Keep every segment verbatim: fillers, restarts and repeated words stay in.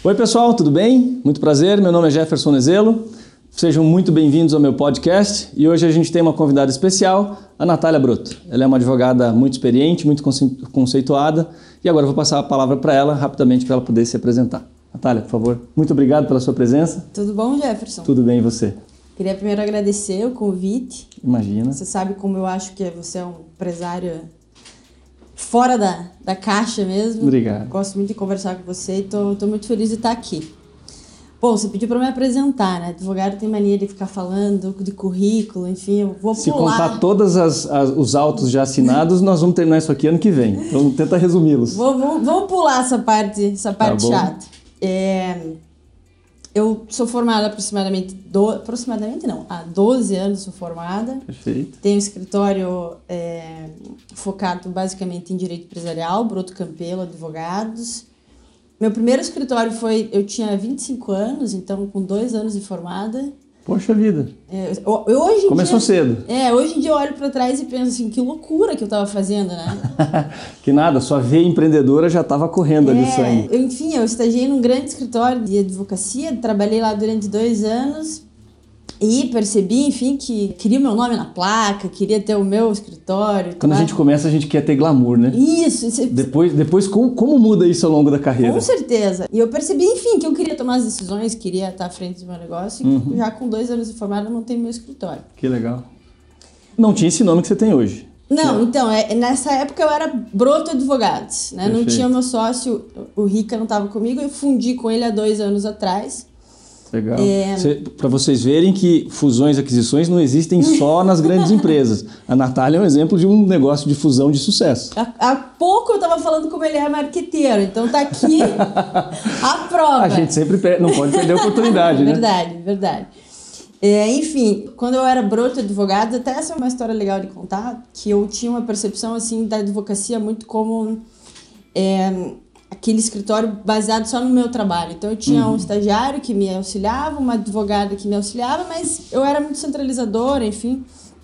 Oi pessoal, tudo bem? Muito prazer, meu nome é Jefferson Nezelo. Sejam muito bem-vindos ao meu podcast e hoje a gente tem uma convidada especial, a Natália Broto. Ela é uma advogada muito experiente, muito conceituada e agora eu vou passar a palavra para ela rapidamente para ela poder se apresentar. Natália, por favor, muito obrigado pela sua presença. Tudo bom, Jefferson? Tudo bem, e você? Queria primeiro agradecer o convite. Imagina. Você sabe como eu acho que você é um empresário fora da, da caixa mesmo. Obrigado. Gosto muito de conversar com você e tô, tô muito feliz de estar aqui. Bom, você pediu para me apresentar, né? Advogado tem mania de ficar falando de currículo, enfim, eu vou Se pular. Se contar todos as, as, os autos já assinados, nós vamos terminar isso aqui ano que vem. Então tenta resumi-los. Vou, vou, vamos pular essa parte, essa parte Tá chata. É, eu sou formada aproximadamente, do, aproximadamente não, há doze anos sou formada. Perfeito. Tenho um escritório é, focado basicamente em direito empresarial, Broto Campelo Advogados. Meu primeiro escritório foi, eu tinha vinte e cinco anos, então com dois anos de formada. Poxa vida. É, eu, eu, hoje em Começou dia, cedo. É, hoje em dia eu olho para trás e penso assim, que loucura que eu estava fazendo, né? Que nada, sua veia empreendedora já estava correndo ali no sangue. Eu, enfim, eu estagiei num grande escritório de advocacia, trabalhei lá durante dois anos e percebi, enfim, que queria o meu nome na placa, queria ter o meu escritório. Quando tá? a gente começa, a gente quer ter glamour, né? Isso. isso depois, depois como, como muda isso ao longo da carreira? Com certeza. E eu percebi, enfim, que eu queria tomar as decisões, queria estar à frente do meu negócio. E uhum. já com dois anos de formada, eu montei meu escritório. Que legal. Não tinha esse nome que você tem hoje. Não, tinha. então, é, nessa época eu era Broto Advogados, né? Perfeito. Não tinha meu sócio, o Rica não estava comigo, eu fundi com ele há dois anos atrás. Legal. É... Para vocês verem que fusões e aquisições não existem só nas grandes empresas. A Natália é um exemplo de um negócio de fusão de sucesso. Há, há pouco eu estava falando como ele é marqueteiro, então tá aqui a prova. A gente sempre per... não pode perder a oportunidade, né? Verdade, verdade. É, enfim, quando eu era Broto Advogado, até essa é uma história legal de contar, que eu tinha uma percepção assim da advocacia muito como... É, aquele escritório baseado só no meu trabalho. Então eu tinha uhum. um estagiário que me auxiliava, uma advogada que me auxiliava, mas eu era muito centralizadora, enfim.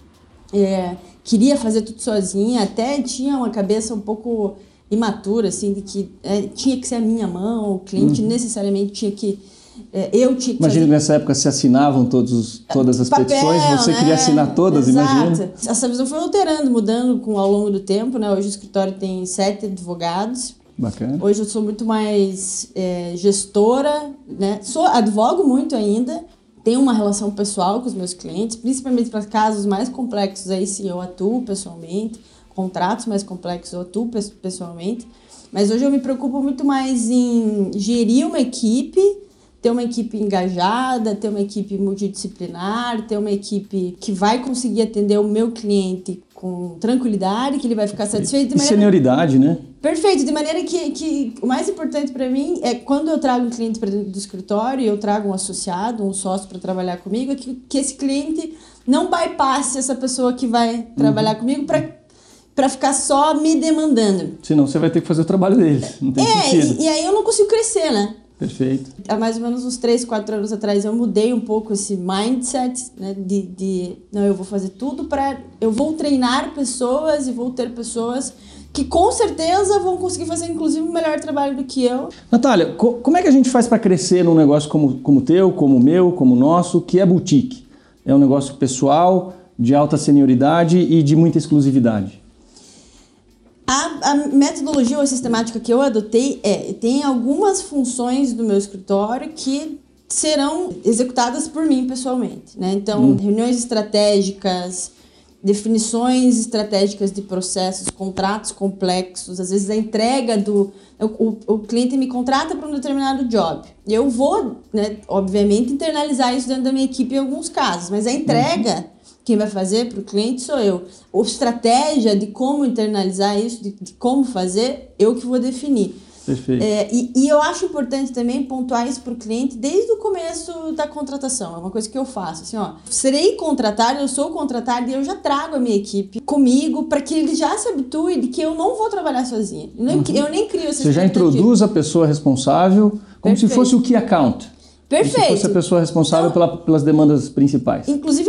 É, queria fazer tudo sozinha, até tinha uma cabeça um pouco imatura, assim, de que é, tinha que ser a minha mão, o cliente uhum. necessariamente tinha que... É, eu tinha que Imagina fazer... que nessa época se assinavam todos, todas as Papel, petições, você né? queria assinar todas, Exato. Imagina. Essa visão foi alterando, mudando com, ao longo do tempo, né? Hoje o escritório tem sete advogados. Bacana. Hoje eu sou muito mais é, gestora, né? Sou, advogo muito ainda, tenho uma relação pessoal com os meus clientes, principalmente para casos mais complexos, aí sim eu atuo pessoalmente, contratos mais complexos eu atuo pessoalmente, mas hoje eu me preocupo muito mais em gerir uma equipe, ter uma equipe engajada, ter uma equipe multidisciplinar, ter uma equipe que vai conseguir atender o meu cliente com tranquilidade, que ele vai ficar satisfeito. De e maneira... senioridade, né? Perfeito, de maneira que, que o mais importante para mim é quando eu trago um cliente para dentro do escritório, eu trago um associado, um sócio para trabalhar comigo, é que, que esse cliente não bypasse essa pessoa que vai trabalhar uhum. comigo para para ficar só me demandando. Senão você vai ter que fazer o trabalho deles, não tem é, sentido. E, e aí eu não consigo crescer, né? Perfeito. Há mais ou menos uns três, quatro anos atrás eu mudei um pouco esse mindset, né, de, de não, eu vou fazer tudo para... Eu vou treinar pessoas e vou ter pessoas que com certeza vão conseguir fazer inclusive um melhor trabalho do que eu. Natália, co- como é que a gente faz para crescer num negócio como, como o teu, como o meu, como o nosso, que é boutique? É um negócio pessoal, de alta senioridade e de muita exclusividade. A, a metodologia ou a sistemática que eu adotei é, tem algumas funções do meu escritório que serão executadas por mim pessoalmente, né? Então, hum. reuniões estratégicas, definições estratégicas de processos, contratos complexos, às vezes a entrega do... O, o, o cliente me contrata para um determinado job. E eu vou, né, obviamente, internalizar isso dentro da minha equipe em alguns casos, mas a entrega... Hum. Quem vai fazer para o cliente sou eu. A estratégia de como internalizar isso, de, de como fazer, eu que vou definir. Perfeito. É, e, e eu acho importante também pontuar isso para o cliente desde o começo da contratação. É uma coisa que eu faço. Assim, ó, serei contratado, eu sou contratado e eu já trago a minha equipe comigo para que ele já se habitue de que eu não vou trabalhar sozinha. Eu, uhum. eu nem crio essa Você já introduz a pessoa responsável como Perfeito. Se fosse o key account. Perfeito. Como se fosse a pessoa responsável então, pela, pelas demandas principais. Inclusive eu pontuo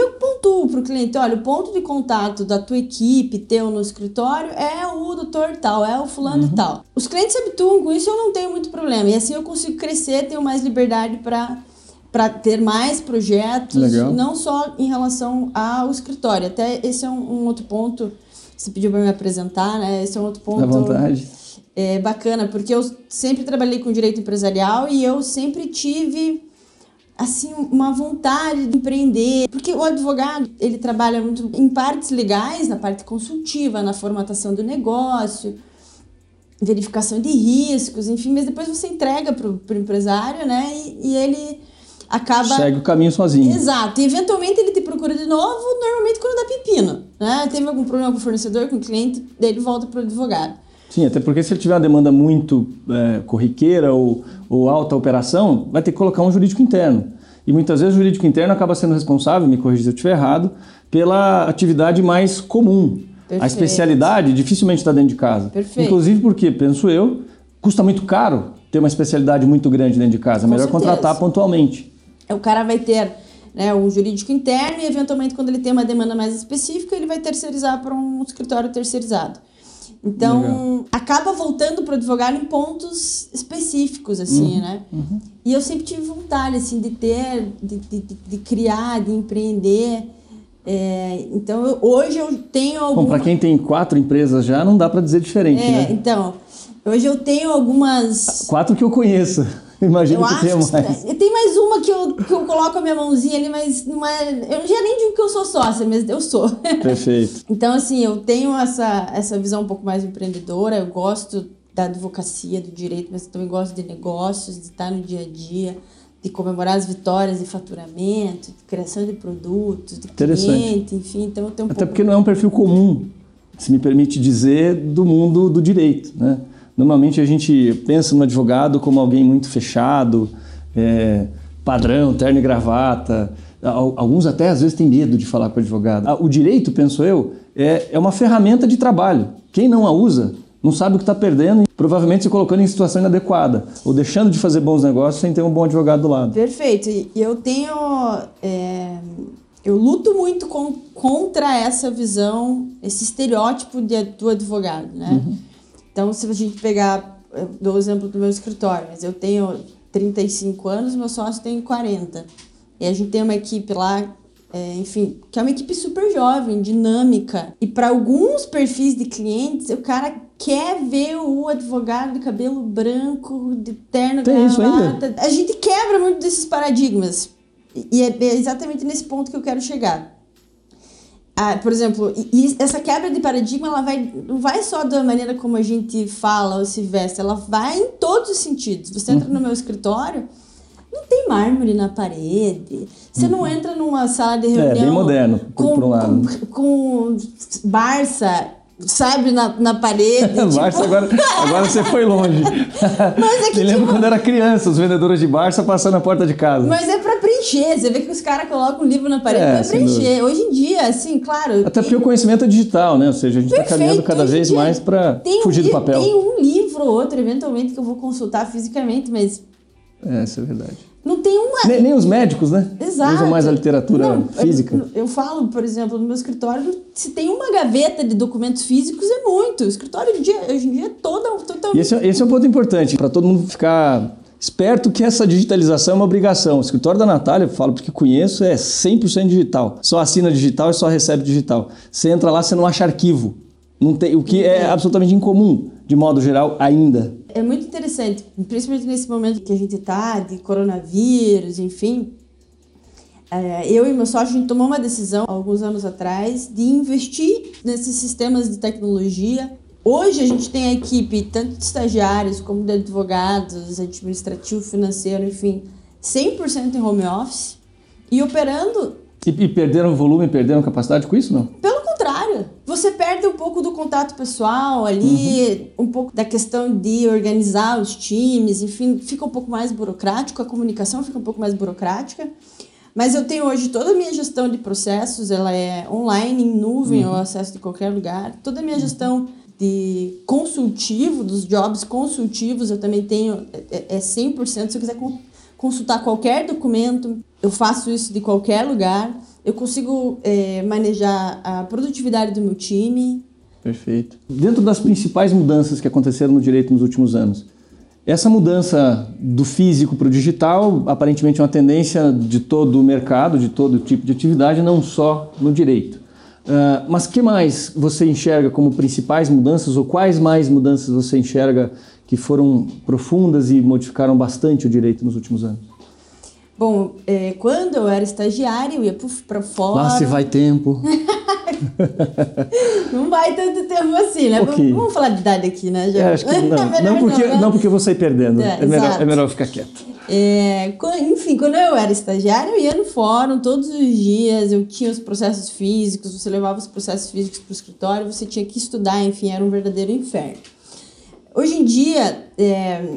pontuo para o cliente, olha, o ponto de contato da tua equipe, teu no escritório, é o doutor tal, é o fulano uhum. tal. Os clientes se habituam com isso e eu não tenho muito problema. E assim eu consigo crescer, tenho mais liberdade para para ter mais projetos, Legal. Não só em relação ao escritório. Até esse é um, um outro ponto, você pediu para me apresentar, né? Esse é um outro ponto... À vontade. É bacana, porque eu sempre trabalhei com direito empresarial e eu sempre tive... assim, uma vontade de empreender, porque o advogado, ele trabalha muito em partes legais, na parte consultiva, na formatação do negócio, verificação de riscos, enfim, mas depois você entrega para o empresário, né, e, e ele acaba... Segue o caminho sozinho. Exato, e eventualmente ele te procura de novo, normalmente quando dá pepino, né, teve algum problema com o fornecedor, com o cliente, daí ele volta para o advogado. Sim, até porque se ele tiver uma demanda muito é, corriqueira ou, ou alta operação, vai ter que colocar um jurídico interno. E muitas vezes o jurídico interno acaba sendo responsável, me corrija se eu estiver errado, pela atividade mais comum. Perfeito. A especialidade dificilmente está dentro de casa. Perfeito. Inclusive porque, penso eu, custa muito caro ter uma especialidade muito grande dentro de casa. É melhor certeza. Contratar pontualmente. O cara vai ter, né, um jurídico interno e, eventualmente, quando ele tem uma demanda mais específica, ele vai terceirizar para um escritório terceirizado. Então, Legal. Acaba voltando para o advogado em pontos específicos, assim, uhum, né? Uhum. E eu sempre tive vontade, assim, de ter, de, de, de criar, de empreender. É, então, eu, hoje eu tenho algumas... Bom, para quem tem quatro empresas já, não dá para dizer diferente, é, né? Então, hoje eu tenho algumas... Quatro que eu conheço. Imagino eu que acho tenha mais. Que, tem mais uma que eu, que eu coloco a minha mãozinha ali, mas não é... Eu já nem digo que eu sou sócia, mas eu sou. Perfeito. Então, assim, eu tenho essa, essa visão um pouco mais empreendedora, eu gosto da advocacia, do direito, mas também gosto de negócios, de estar no dia a dia, de comemorar as vitórias de faturamento, de criação de produtos, de cliente, enfim, então eu tenho um Até pouco... porque não é um perfil comum, se me permite dizer, do mundo do direito, né? Normalmente a gente pensa no advogado como alguém muito fechado, é, padrão, terno e gravata. Alguns até às vezes têm medo de falar com o advogado. O direito, penso eu, é, é uma ferramenta de trabalho. Quem não a usa não sabe o que está perdendo e provavelmente se colocando em situação inadequada ou deixando de fazer bons negócios sem ter um bom advogado do lado. Perfeito. E eu tenho... É, eu luto muito com, contra essa visão, esse estereótipo de, do advogado, né? Uhum. Então, se a gente pegar, eu dou o exemplo do meu escritório, mas eu tenho trinta e cinco anos, meu sócio tem quarenta. E a gente tem uma equipe lá, é, enfim, que é uma equipe super jovem, dinâmica. E para alguns perfis de clientes, o cara quer ver o advogado de cabelo branco, de terno, tem isso ainda? A gente quebra muito desses paradigmas. E é exatamente nesse ponto que eu quero chegar. Ah, por exemplo, e essa quebra de paradigma, ela vai, não vai só da maneira como a gente fala ou se veste, ela vai em todos os sentidos. Você entra no meu escritório, não tem mármore na parede, você não entra numa sala de reunião... É, bem moderno, por, com, por um lado. Com, com Barça, sabe, na, na parede. Barça, tipo... agora, agora você foi longe. Mas é que, Me lembro tipo... quando era criança, os vendedores de Barça passando na porta de casa. Mas é pra preencher, você vê que os caras colocam um livro na parede é, pra preencher. Hoje em dia, assim, claro... Até porque o conhecimento é digital, né? Ou seja, a gente está caminhando cada vez mais para fugir um, do papel. Tem um livro ou outro, eventualmente, que eu vou consultar fisicamente, mas... É, isso é verdade. Não tem uma... Nem, nem os médicos, né? Exato. Usam mais a literatura não, física. Eu, eu falo, por exemplo, no meu escritório, se tem uma gaveta de documentos físicos, é muito. O escritório, hoje em dia, hoje em dia é toda... totalmente... E esse, esse é um ponto importante, para todo mundo ficar esperto que essa digitalização é uma obrigação. O escritório da Natália, eu falo porque conheço, é cem por cento digital. Só assina digital e só recebe digital. Você entra lá, você não acha arquivo. Não tem, o que é, é absolutamente incomum, de modo geral, ainda. É muito interessante, principalmente nesse momento que a gente está, de coronavírus, enfim. É, eu e meu sócio, a gente tomou uma decisão, alguns anos atrás, de investir nesses sistemas de tecnologia. Hoje a gente tem a equipe, tanto de estagiários como de advogados, administrativo, financeiro, enfim, cem por cento em home office e operando... E, e perderam volume, perderam capacidade com isso, não? Pelo contrário, você perde um pouco do contato pessoal ali, uhum. um pouco da questão de organizar os times, enfim, fica um pouco mais burocrático, a comunicação fica um pouco mais burocrática. Mas eu tenho hoje toda a minha gestão de processos, ela é online, em nuvem, uhum. eu acesso de qualquer lugar. Toda a minha gestão de consultivo, dos jobs consultivos, eu também tenho, é, é cem por cento, se eu quiser consultar qualquer documento, eu faço isso de qualquer lugar. eu consigo é, manejar a produtividade do meu time. Perfeito. Dentro das principais mudanças que aconteceram no direito nos últimos anos, essa mudança do físico para o digital, aparentemente é uma tendência de todo o mercado, de todo tipo de atividade, não só no direito. Uh, mas que mais você enxerga como principais mudanças, ou quais mais mudanças você enxerga que foram profundas e modificaram bastante o direito nos últimos anos? Bom, é, quando eu era estagiária, eu ia para fora... Lá se vai tempo. Não vai tanto tempo assim, né? Okay. Vamos falar de idade aqui, né? Já... É, acho que não. É não, porque, não, não porque eu vou sair perdendo. É, é, melhor, é melhor ficar quieto. É, enfim, quando eu era estagiária, eu ia no fórum todos os dias, eu tinha os processos físicos, você levava os processos físicos para o escritório, você tinha que estudar, enfim, era um verdadeiro inferno. Hoje em dia, é,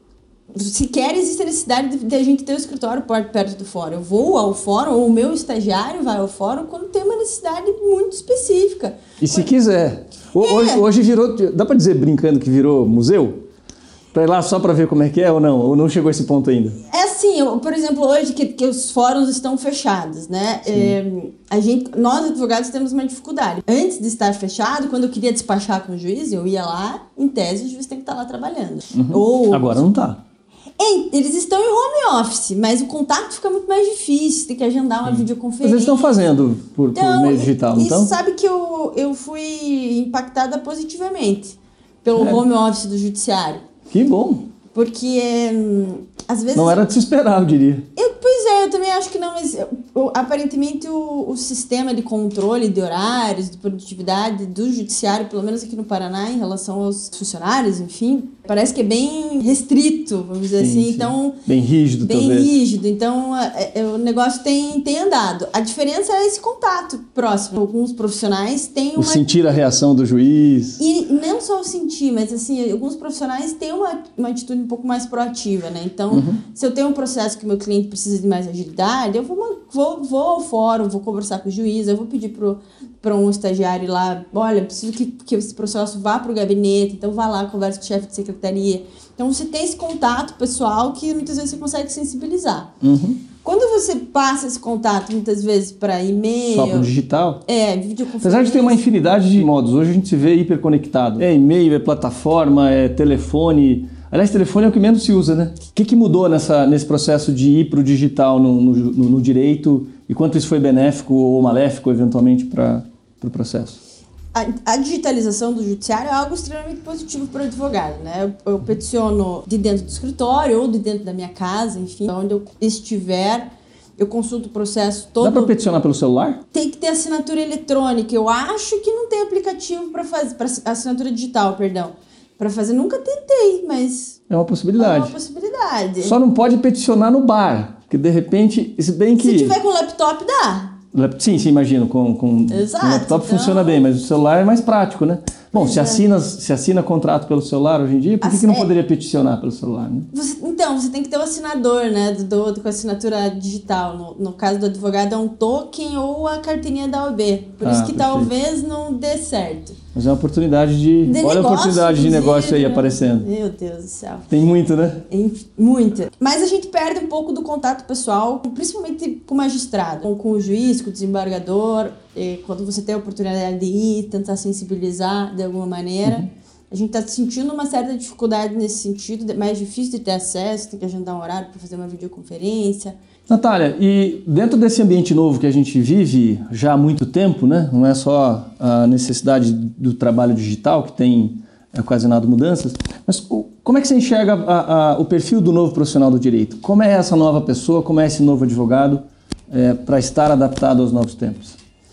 sequer existe a necessidade de, de a gente ter o escritório perto do fórum. Eu vou ao fórum, ou o meu estagiário vai ao fórum quando tem uma necessidade muito específica. E se quiser. É. Hoje, hoje virou, dá para dizer brincando que virou museu? Para ir lá só para ver como é que é ou não? Ou não chegou a esse ponto ainda? É assim, eu, por exemplo, hoje que, que os fóruns estão fechados, né? É, a gente, nós, advogados, temos uma dificuldade. Antes de estar fechado, quando eu queria despachar com o juiz, eu ia lá, em tese, o juiz tem que estar lá trabalhando. Uhum. Ou, agora não está. É, eles estão em home office, mas o contato fica muito mais difícil, tem que agendar uma hum. videoconferência. Mas eles estão fazendo por, então, por meio digital, não estão? E sabe que eu, eu fui impactada positivamente pelo é. home office do judiciário. Que bom. Porque, hum, às vezes... Não era de se esperar, eu diria. Eu, pois é, eu também acho que não, mas eu, aparentemente o, o sistema de controle de horários, de produtividade do judiciário, pelo menos aqui no Paraná, em relação aos funcionários, enfim, parece que é bem restrito, vamos dizer sim, assim. Sim. Então, bem rígido, bem talvez. Bem rígido. Então, é, é, o negócio tem, tem andado. A diferença é esse contato próximo. Alguns profissionais têm uma... O sentir a reação do juiz. E não só o sentir, mas assim, alguns profissionais têm uma, uma atitude um pouco mais proativa, né? Então, uhum. se eu tenho um processo que o meu cliente precisa de mais agilidade, eu vou, vou, vou ao fórum, vou conversar com o juiz, eu vou pedir para um estagiário lá, olha, eu preciso que, que esse processo vá para o gabinete, então vá lá, conversa com o chefe de secretaria. Então, você tem esse contato pessoal que muitas vezes você consegue sensibilizar. Uhum. Quando você passa esse contato, muitas vezes, para e-mail... Só para o digital? É, videoconferência... Apesar de ter uma infinidade de modos, hoje a gente se vê hiperconectado. É e-mail, é plataforma, é telefone... Aliás, telefone é o que menos se usa, né? O que, que mudou nessa, nesse processo de ir para o digital no, no, no, no direito e quanto isso foi benéfico ou maléfico, eventualmente, para o pro processo? A, a digitalização do judiciário é algo extremamente positivo para o advogado, né? Eu, eu peticiono de dentro do escritório ou de dentro da minha casa, enfim, onde eu estiver, eu consulto o processo todo. Dá para peticionar pelo celular? Tem que ter assinatura eletrônica. Eu acho que não tem aplicativo para fazer, para assinatura digital, perdão. Para fazer, nunca tentei, mas... É uma possibilidade. É uma possibilidade. Só não pode peticionar no bar, porque de repente, se bem que... Se tiver com laptop, dá. Sim, sim, imagino, com, com, Exato, com laptop então... funciona bem, mas o celular é mais prático, né? Bom, se assina, se assina contrato pelo celular hoje em dia, por que, que não poderia peticionar pelo celular, né? Você, então, você tem que ter o assinador, né, do, do, com a assinatura digital. No, no caso do advogado, é um token ou a carteirinha da O A B. Por ah, isso que perfeito. Talvez não dê certo. Mas é uma oportunidade de... de Olha negócio, a oportunidade de negócio aí aparecendo. Meu Deus do céu. Tem muito, né? Muita. Mas a gente perde um pouco do contato pessoal, principalmente com o magistrado, com o juiz, com o desembargador. Quando você tem a oportunidade de ir, tentar sensibilizar de alguma maneira. Uhum. A gente está sentindo uma certa dificuldade nesse sentido, mais difícil de ter acesso, tem que agendar um horário para fazer uma videoconferência. Natália, e dentro desse ambiente novo que a gente vive já há muito tempo, né? Não é só a necessidade do trabalho digital que tem ocasionado mudanças, mas como é que você enxerga a, a, o perfil do novo profissional do direito? Como é essa nova pessoa, como é esse novo advogado é, para estar adaptado aos novos tempos?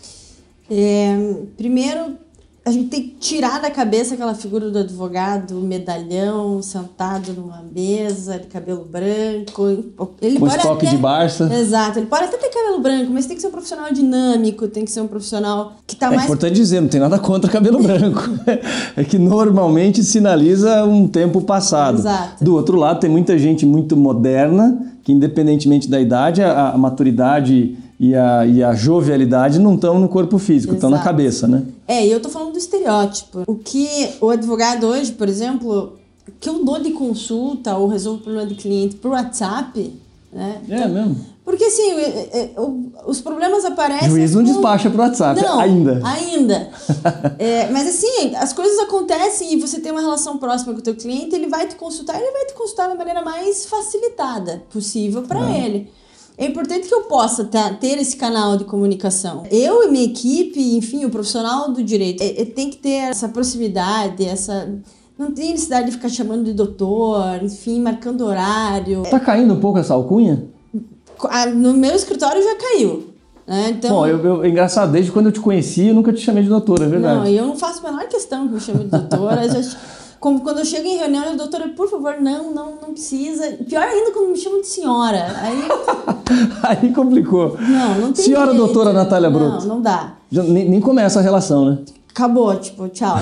É, primeiro, a gente tem que tirar da cabeça aquela figura do advogado, medalhão, sentado numa mesa, de cabelo branco. Ele com pode estoque até... de Barça. Exato, ele pode até ter cabelo branco, mas tem que ser um profissional dinâmico, tem que ser um profissional que está é mais... É importante dizer, não tem nada contra cabelo branco. É que normalmente sinaliza um tempo passado. Exato. Do outro lado, tem muita gente muito moderna, que independentemente da idade, a, a maturidade... E a, e a jovialidade não estão no corpo físico, estão na cabeça, né? É, e eu tô falando do estereótipo. O que o advogado hoje, por exemplo, que eu dou de consulta ou resolvo problema de cliente por WhatsApp, né? É então, mesmo? Porque, assim, é, é, os problemas aparecem... O juiz não com... despacha pro WhatsApp, não, ainda. ainda. é, mas, assim, as coisas acontecem e você tem uma relação próxima com o teu cliente, ele vai te consultar, ele vai te consultar da maneira mais facilitada possível para é. ele. É importante que eu possa tá, ter esse canal de comunicação. Eu e minha equipe, enfim, o profissional do direito, é, é, tem que ter essa proximidade, essa... Não tem necessidade de ficar chamando de doutor, enfim, marcando horário. Tá caindo um pouco essa alcunha? No meu escritório já caiu. Né? Então, Bom, eu, eu, é engraçado, desde quando eu te conheci, eu nunca te chamei de doutora, é verdade. Não, e eu não faço a menor questão que me chame de doutora. já, como quando eu chego em reunião, eu, doutora, por favor, não, não, não precisa. Pior ainda quando me chamam de senhora. Aí, Aí complicou. Não, não tem Senhora jeito. doutora Natália Broto. Não, não dá. Já, nem, nem começa a relação, né? Acabou, tipo, tchau.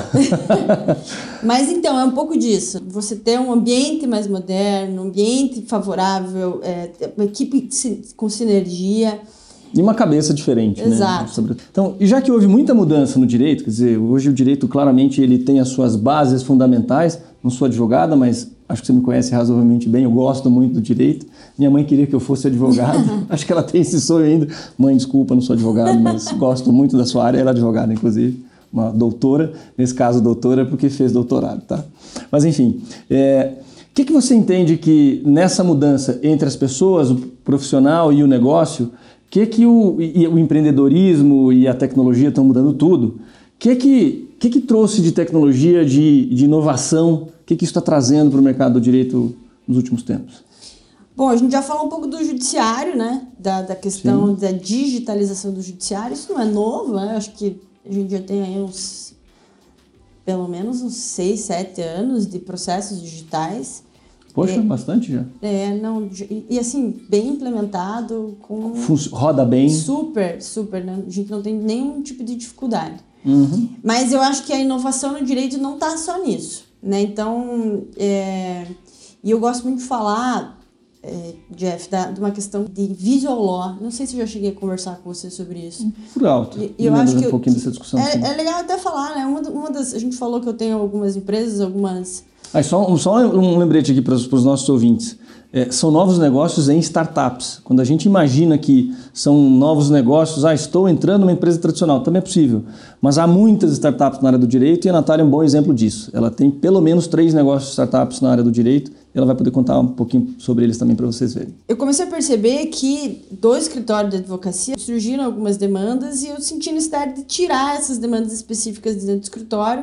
Mas então, é um pouco disso. Você ter um ambiente mais moderno, um ambiente favorável, é, uma equipe com sinergia. E uma cabeça diferente, Exato. né? Sobre... Então, e já que houve muita mudança no direito, quer dizer, hoje o direito claramente ele tem as suas bases fundamentais. Não sou advogada, mas acho que você me conhece razoavelmente bem, eu gosto muito do direito. Minha mãe queria que eu fosse advogado, acho que ela tem esse sonho ainda. Mãe, desculpa, não sou advogado, mas gosto muito da sua área, ela é advogada, inclusive. Uma doutora, nesse caso doutora porque fez doutorado, tá? Mas enfim, é, o que, que você entende que nessa mudança entre as pessoas, o profissional e o negócio, o que que o, e, o empreendedorismo e a tecnologia estão mudando tudo? O que que, que que trouxe de tecnologia, de, de inovação? O que que isso está trazendo para o mercado do direito nos últimos tempos? Bom, a gente já falou um pouco do judiciário, né? Da, da questão Sim. da digitalização do judiciário. Isso não é novo, né? Acho que a gente já tem aí uns, pelo menos uns seis, sete anos de processos digitais. Poxa, é, bastante já. É, não, e, e assim, bem implementado, com... Roda bem. Super, super, né? A gente não tem nenhum tipo de dificuldade. Uhum. Mas eu acho que a inovação no direito não está só nisso, né? Então, é, e eu gosto muito de falar... É, Jeff, da, de uma questão de visual law. Não sei se eu já cheguei a conversar com você sobre isso. Por alto. E, eu acho que um pouquinho dessa discussão. É, é legal até falar, né? Uma, uma das, a gente falou que eu tenho algumas empresas, algumas... Ah, só, só um lembrete aqui para os nossos ouvintes. É, são novos negócios em startups. Quando a gente imagina que são novos negócios, ah, estou entrando numa empresa tradicional, também é possível. Mas há muitas startups na área do direito e a Natália é um bom exemplo disso. Ela tem pelo menos três negócios startups na área do direito e ela vai poder contar um pouquinho sobre eles também para vocês verem. Eu comecei a perceber que do escritório de advocacia surgiram algumas demandas e eu senti necessidade de tirar essas demandas específicas de dentro do escritório,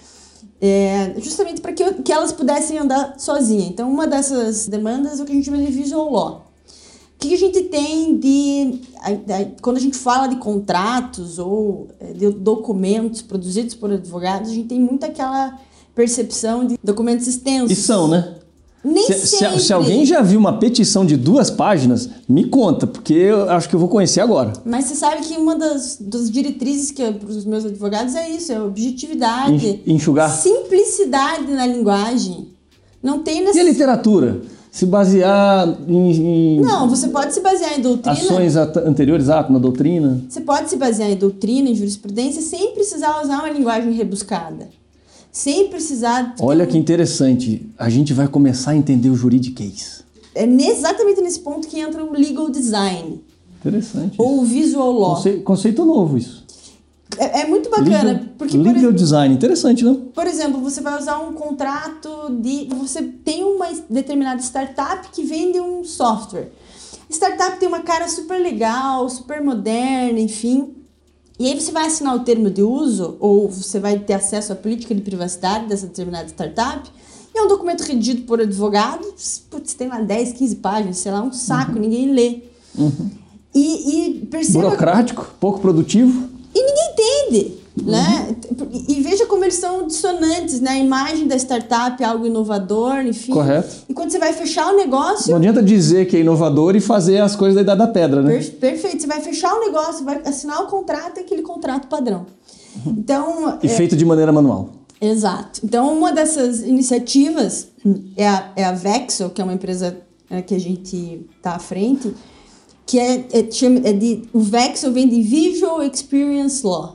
É, justamente para que, que elas pudessem andar sozinhas. Então, uma dessas demandas é o que a gente chama de visual law. O que a gente tem de... Quando a gente fala de contratos ou de documentos produzidos por advogados, a gente tem muito aquela percepção de documentos extensos. E são, né? Nem se, sempre. Se, se alguém já viu uma petição de duas páginas, me conta, porque eu acho que eu vou conhecer agora. Mas você sabe que uma das, das diretrizes que para os meus advogados é isso, é objetividade. Enxugar. Simplicidade na linguagem. Não tem necessidade. E a literatura? Se basear em, em... Não, você pode se basear em doutrina. Ações anteriores, ato na doutrina. Você pode se basear em doutrina, em jurisprudência, sem precisar usar uma linguagem rebuscada. Sem precisar... Olha que interessante, a gente vai começar a entender o juridiquês. É exatamente nesse ponto que entra o legal design. Interessante. Ou o visual law. Conce... Conceito novo isso. É, é muito bacana. Legal, porque, legal por, design, interessante, não? Por exemplo, você vai usar um contrato de... Você tem uma determinada startup que vende um software. Startup tem uma cara super legal, super moderna, enfim... E aí você vai assinar o termo de uso, ou você vai ter acesso à política de privacidade dessa determinada startup, e é um documento redigido por advogado, putz, tem lá dez, quinze páginas, sei lá, um saco, uhum. Ninguém lê. Uhum. E, e perceba... Burocrático, pouco produtivo. E ninguém entende, uhum. Né? E, e veja como eles são dissonantes, né? A imagem da startup é algo inovador, enfim. Correto. E quando você vai fechar o negócio... Não adianta dizer que é inovador e fazer as coisas da Idade da Pedra, né? Per- perfeito. Você vai fechar o negócio, vai assinar o contrato, é aquele contrato padrão. Uhum. Então... E é... feito de maneira manual. Exato. Então, uma dessas iniciativas é a, é a Vexel, que é uma empresa é, que a gente está à frente, que é, é, chama, é de... O Vexel vem de Visual Experience Law.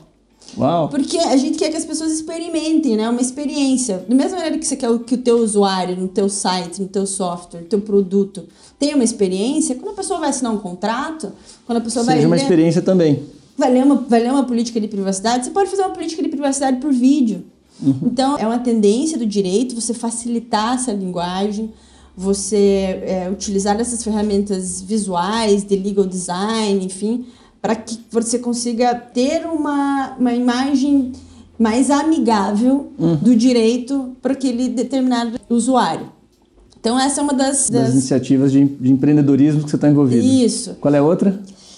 Uau. Porque a gente quer que as pessoas experimentem, né? Uma experiência. Da mesma maneira que você quer que o teu usuário, no teu site, no teu software, no teu produto, tenha uma experiência, quando a pessoa vai assinar um contrato, quando a pessoa Seja vai uma ler, experiência também. vai ler, uma, vai ler uma política de privacidade, você pode fazer uma política de privacidade por vídeo. Uhum. Então, é uma tendência do direito você facilitar essa linguagem, você é, utilizar essas ferramentas visuais, de legal design, enfim, para que você consiga ter uma, uma imagem mais amigável uhum. do direito para aquele determinado usuário. Então, essa é uma das... Das, das... iniciativas de, de empreendedorismo que você está envolvido. Isso. Qual é a outra?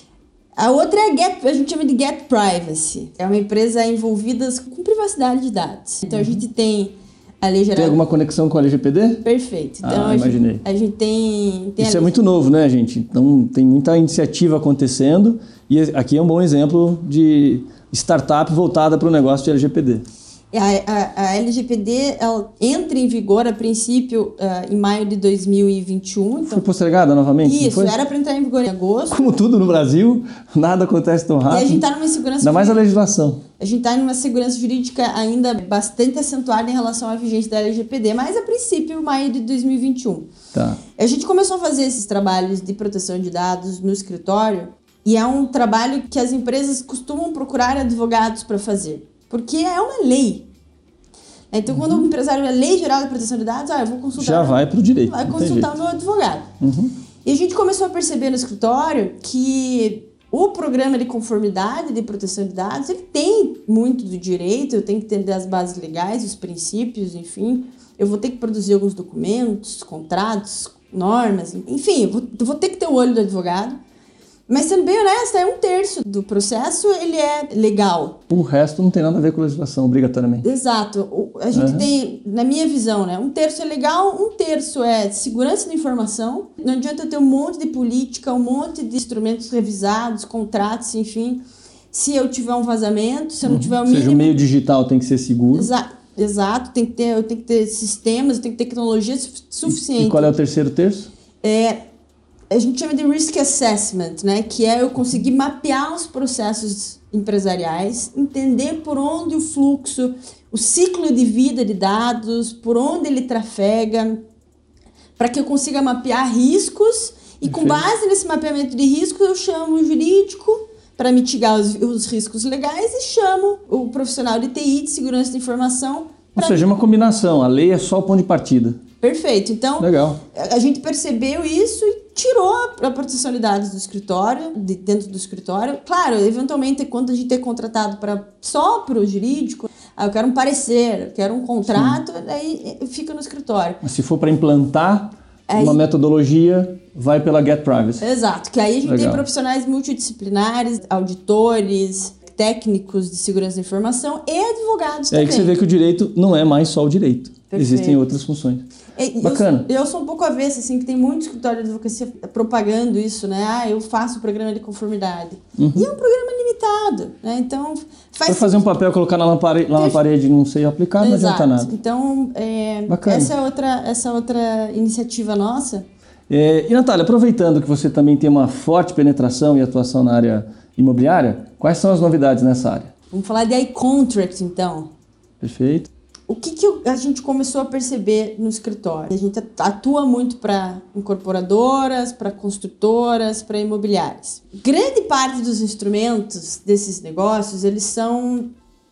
A outra é a Get, a gente chama de Get Privacy. É uma empresa envolvida com privacidade de dados. Então, uhum. a gente tem a Lei Geral... Tem alguma conexão com a L G P D? Perfeito. Então, ah, a imaginei. Gente, a gente tem... tem Isso a... é muito novo, né, gente? Então, tem muita iniciativa acontecendo e aqui é um bom exemplo de startup voltada para o negócio de L G P D. A, a, a L G P D ela entra em vigor, a princípio, uh, em maio de dois mil e vinte e um. Então... Foi postergada novamente? Isso, era para entrar em vigor em agosto. Como tudo no Brasil, nada acontece tão rápido. E a gente está numa segurança... Ainda mais a legislação. A gente está numa segurança jurídica ainda bastante acentuada em relação à vigência da L G P D, mas a princípio, maio de dois mil e vinte e um. Tá. A gente começou a fazer esses trabalhos de proteção de dados no escritório e é um trabalho que as empresas costumam procurar advogados para fazer, porque é uma lei. Então, quando o um empresário é Lei Geral de Proteção de Dados, ah, eu vou consultar... Já vai para o direito. Vai consultar o meu advogado. Uhum. E a gente começou a perceber no escritório que o programa de conformidade de proteção de dados, ele tem muito do direito, eu tenho que entender as bases legais, os princípios, enfim. Eu vou ter que produzir alguns documentos, contratos, normas, enfim, eu vou, eu vou ter que ter o olho do advogado. Mas, sendo bem honesta, é um terço do processo, ele é legal. O resto não tem nada a ver com legislação, obrigatoriamente. Exato. A gente uhum. tem, na minha visão, né, um terço é legal, um terço é segurança da informação. Não adianta eu ter um monte de política, um monte de instrumentos revisados, contratos, enfim. Se eu tiver um vazamento, se eu não tiver o mínimo... Ou seja, o meio digital tem que ser seguro. Exato. Exato. Tem que ter, eu tenho que ter sistemas, eu tenho que ter tecnologia suficiente. E qual é o terceiro terço? É... A gente chama de risk assessment, né? Que é eu conseguir mapear os processos empresariais, entender por onde o fluxo, o ciclo de vida de dados, por onde ele trafega, para que eu consiga mapear riscos e, com base nesse mapeamento de riscos, eu chamo o jurídico para mitigar os, os riscos legais e chamo o profissional de T I, de segurança da informação. Ou seja, uma combinação, a lei é só o ponto de partida. Perfeito. Então, legal. A gente percebeu isso e tirou a proteção de dados do escritório, de dentro do escritório. Claro, eventualmente, quando a gente é contratado pra, só para o jurídico, ah, eu quero um parecer, eu quero um contrato, Sim. daí fica no escritório. Mas se for para implantar aí, uma metodologia, vai pela Get Privacy. Exato, que aí a gente legal. tem profissionais multidisciplinares, auditores, técnicos de segurança da informação e advogados é também. É aí que você vê que o direito não é mais só o direito. Perfeito. Existem outras funções. E, Bacana. Eu, eu sou um pouco avessa, assim, que tem muito escritório de advocacia propagando isso, né? Ah, eu faço o programa de conformidade. Uhum. E é um programa limitado, né? Então, faz... Vai fazer um papel, colocar lá na parede, lá na parede e não ser aplicado, não adianta nada. Então, é, essa, é outra, essa outra iniciativa nossa. É, e, Natália, aproveitando que você também tem uma forte penetração e atuação na área imobiliária, quais são as novidades nessa área? Vamos falar de iContract, então. Perfeito. O que, que a gente começou a perceber no escritório? A gente atua muito para incorporadoras, para construtoras, para imobiliárias. Grande parte dos instrumentos desses negócios, eles são...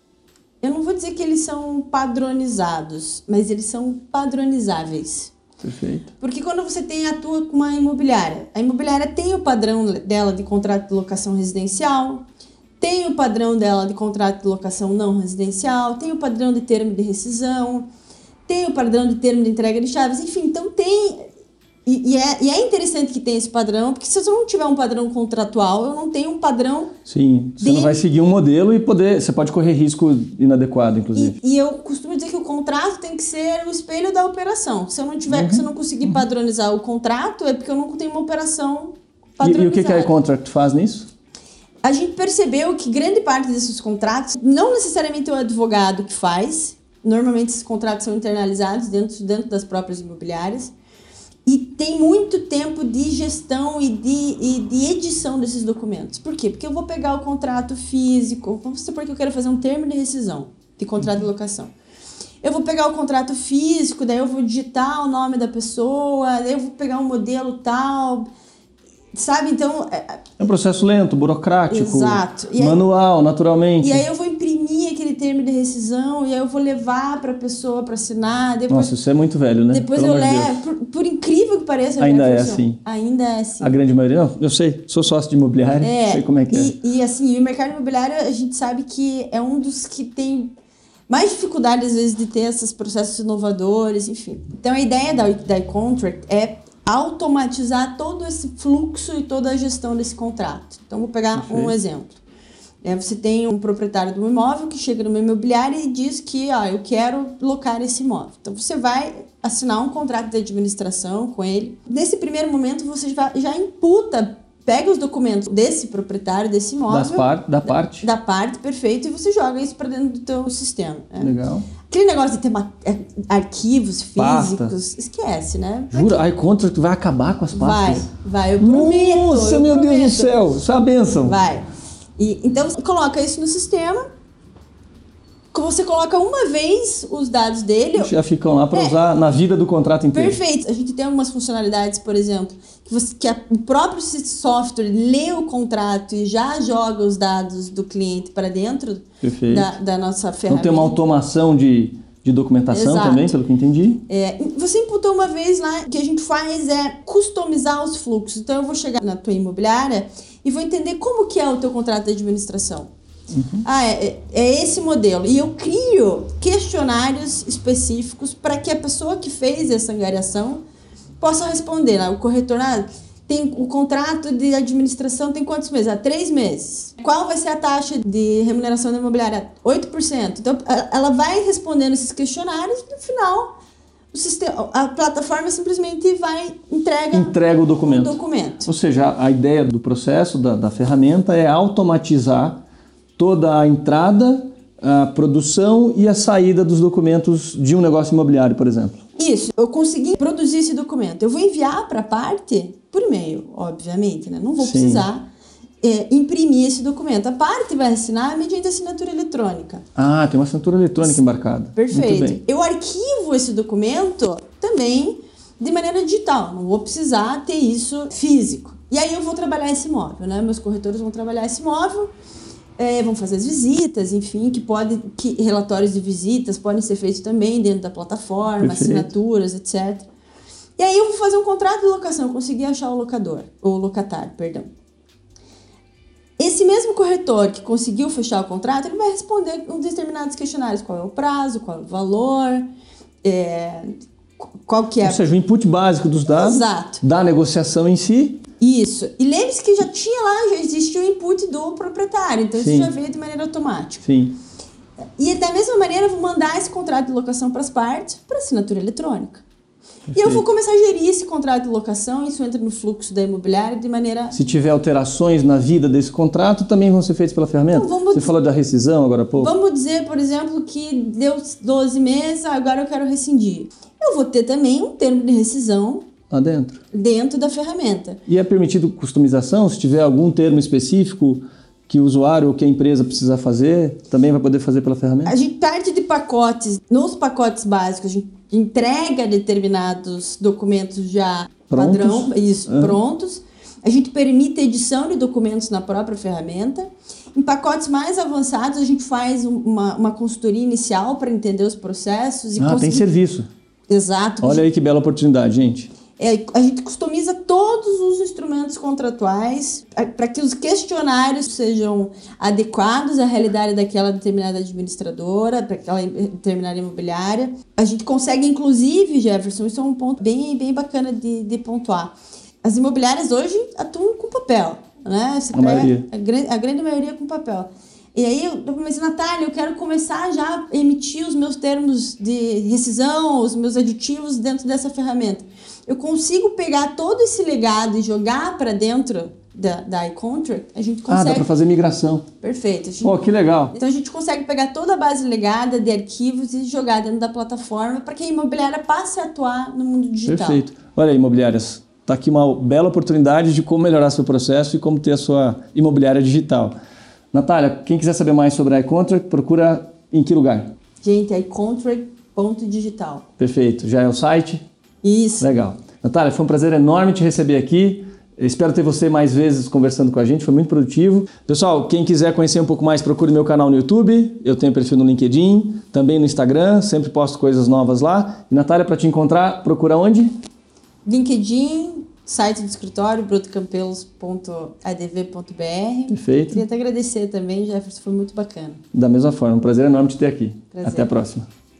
Eu não vou dizer que eles são padronizados, mas eles são padronizáveis. Perfeito. Porque quando você tem, atua com uma imobiliária, a imobiliária tem o padrão dela de contrato de locação residencial, tem o padrão dela de contrato de locação não residencial, tem o padrão de termo de rescisão, tem o padrão de termo de entrega de chaves, enfim, então tem... E, e, é, e é interessante que tenha esse padrão, porque se eu não tiver um padrão contratual, eu não tenho um padrão... Sim, você de... não vai seguir um modelo e poder, você pode correr risco inadequado, inclusive. E, e eu costumo dizer que o contrato tem que ser o espelho da operação. Se eu não tiver, uhum. se eu não conseguir padronizar o contrato, é porque eu não tenho uma operação padronizada. E, e o que, que a iContract faz nisso? A gente percebeu que grande parte desses contratos, não necessariamente é o advogado que faz, normalmente esses contratos são internalizados dentro, dentro das próprias imobiliárias, E tem muito tempo de gestão e de, e de edição desses documentos. Por quê? Porque eu vou pegar o contrato físico, vamos supor que eu quero fazer um termo de rescisão de contrato de locação. Eu vou pegar o contrato físico, daí eu vou digitar o nome da pessoa, daí eu vou pegar um modelo tal, sabe? Então... É um processo lento, burocrático, exato. E aí, manual, naturalmente. E aí eu vou imprimir aquele termo de rescisão, e aí eu vou levar para a pessoa para assinar. Depois, nossa, isso é muito velho, né? Depois Pelo eu amor de levo, por, por incrível que pareça... Ainda é Jefferson, assim. Ainda é assim. A grande maioria, não, eu sei, sou sócio de imobiliário, é, sei como é que e, é. E assim, o mercado imobiliário, a gente sabe que é um dos que tem... mais dificuldade, às vezes, de ter esses processos inovadores, enfim. Então, a ideia da, da iContract é automatizar todo esse fluxo e toda a gestão desse contrato. Então, vou pegar Perfeito. um exemplo. É, você tem um proprietário de um imóvel que chega numa imobiliária e diz que ó, eu quero locar esse imóvel. Então, você vai assinar um contrato de administração com ele. Nesse primeiro momento, você já, já imputa... Pega os documentos desse proprietário, desse imóvel... Das par, da parte. Da, da parte, perfeito. E você joga isso para dentro do teu sistema. Né? Legal. Aquele negócio de ter uma, é, arquivos físicos... Pastas. Esquece, né? Jura? A iContract vai acabar com as pastas? Vai, vai. Eu prometo. Nossa, eu meu prometo. Deus do céu. Isso é uma bênção. Vai. E, então, você coloca isso no sistema... Você coloca uma vez os dados dele... Já ficam lá para é, usar na vida do contrato inteiro. Perfeito. A gente tem algumas funcionalidades, por exemplo, que, você, que a, o próprio software lê o contrato e já joga os dados do cliente para dentro da, da nossa ferramenta. Então tem uma automação de, de documentação Exato. também, pelo que entendi. É, você imputou uma vez lá, o que a gente faz é customizar os fluxos. Então eu vou chegar na tua imobiliária e vou entender como que é o teu contrato de administração. Uhum. Ah, é, é esse modelo. E eu crio questionários específicos para que a pessoa que fez essa angariação possa responder. Né? O corretor, ah, tem o contrato de administração tem quantos meses? Há três meses. Qual vai ser a taxa de remuneração da imobiliária? oito por cento. Então, ela vai respondendo esses questionários e no final... O sistema, a plataforma simplesmente vai entrega, entrega o documento. o documento. Ou seja, a ideia do processo, da, da ferramenta, é automatizar toda a entrada, a produção e a saída dos documentos de um negócio imobiliário, por exemplo. Isso. Eu consegui produzir esse documento. Eu vou enviar para a parte por e-mail, obviamente, né? Não vou Sim. precisar é, imprimir esse documento. A parte vai assinar mediante assinatura eletrônica. Ah, tem uma assinatura eletrônica embarcada. Perfeito. Muito bem. Eu arquivo esse documento também de maneira digital. Não vou precisar ter isso físico. E aí eu vou trabalhar esse imóvel, né? Meus corretores vão trabalhar esse imóvel. É, vão fazer as visitas, enfim, que pode, que relatórios de visitas podem ser feitos também dentro da plataforma, Perfeito. assinaturas, etcétera. E aí eu vou fazer um contrato de locação, eu consegui achar o locador, ou locatário, perdão. Esse mesmo corretor que conseguiu fechar o contrato, ele vai responder um determinados questionários, qual é o prazo, qual é o valor, é, qual que é... Ou seja, o input básico dos dados Exato. da negociação em si. Isso. E lembre-se que já tinha lá, já existia o input do proprietário. Então, Sim. isso já veio de maneira automática. Sim. E da mesma maneira, eu vou mandar esse contrato de locação para as partes para assinatura eletrônica. Perfeito. E eu vou começar a gerir esse contrato de locação. Isso entra no fluxo da imobiliária de maneira... Se tiver alterações na vida desse contrato, também vão ser feitas pela ferramenta? Então, vamos... Você falou da rescisão agora há pouco. Vamos dizer, por exemplo, que deu doze meses, agora eu quero rescindir. Eu vou ter também um termo de rescisão lá dentro. Dentro da ferramenta. E é permitido customização? Se tiver algum termo específico que o usuário ou que a empresa precisa fazer, também vai poder fazer pela ferramenta? A gente parte de pacotes. Nos pacotes básicos, a gente entrega determinados documentos já prontos. padrão, isso, ah. prontos. A gente permite edição de documentos na própria ferramenta. Em pacotes mais avançados, a gente faz uma, uma consultoria inicial para entender os processos. E ah, conseguir... tem serviço. Exato. Olha aí que bela oportunidade, gente. É, a gente customiza todos os instrumentos contratuais para que os questionários sejam adequados à realidade daquela determinada administradora, para aquela determinada imobiliária. A gente consegue, inclusive, Jefferson, isso é um ponto bem, bem bacana de, de pontuar. As imobiliárias hoje atuam com papel, né? A maioria. A, grande, a grande maioria com papel. E aí eu comecei, Natália, eu quero começar já a emitir os meus termos de rescisão, os meus aditivos dentro dessa ferramenta. Eu consigo pegar todo esse legado e jogar para dentro da, da iContract, a gente consegue... Ah, dá para fazer migração. Perfeito. Gente... Pô, que legal. Então a gente consegue pegar toda a base legada de arquivos e jogar dentro da plataforma para que a imobiliária passe a atuar no mundo digital. Perfeito. Olha aí, imobiliárias, está aqui uma bela oportunidade de como melhorar seu processo e como ter a sua imobiliária digital. Natália, quem quiser saber mais sobre a iContract, procura em que lugar? Gente, iContract ponto digital. Perfeito. Já é o site? Isso. Legal. Natália, foi um prazer enorme te receber aqui. Eu espero ter você mais vezes conversando com a gente, foi muito produtivo. Pessoal, quem quiser conhecer um pouco mais, procure meu canal no YouTube, eu tenho perfil no LinkedIn, também no Instagram, sempre posto coisas novas lá. E Natália, para te encontrar, procura onde? LinkedIn, site do escritório, bruto campelos ponto a d v ponto b r. Perfeito. Queria te agradecer também, Jefferson, foi muito bacana. Da mesma forma, um prazer enorme te ter aqui. Prazer. Até a próxima.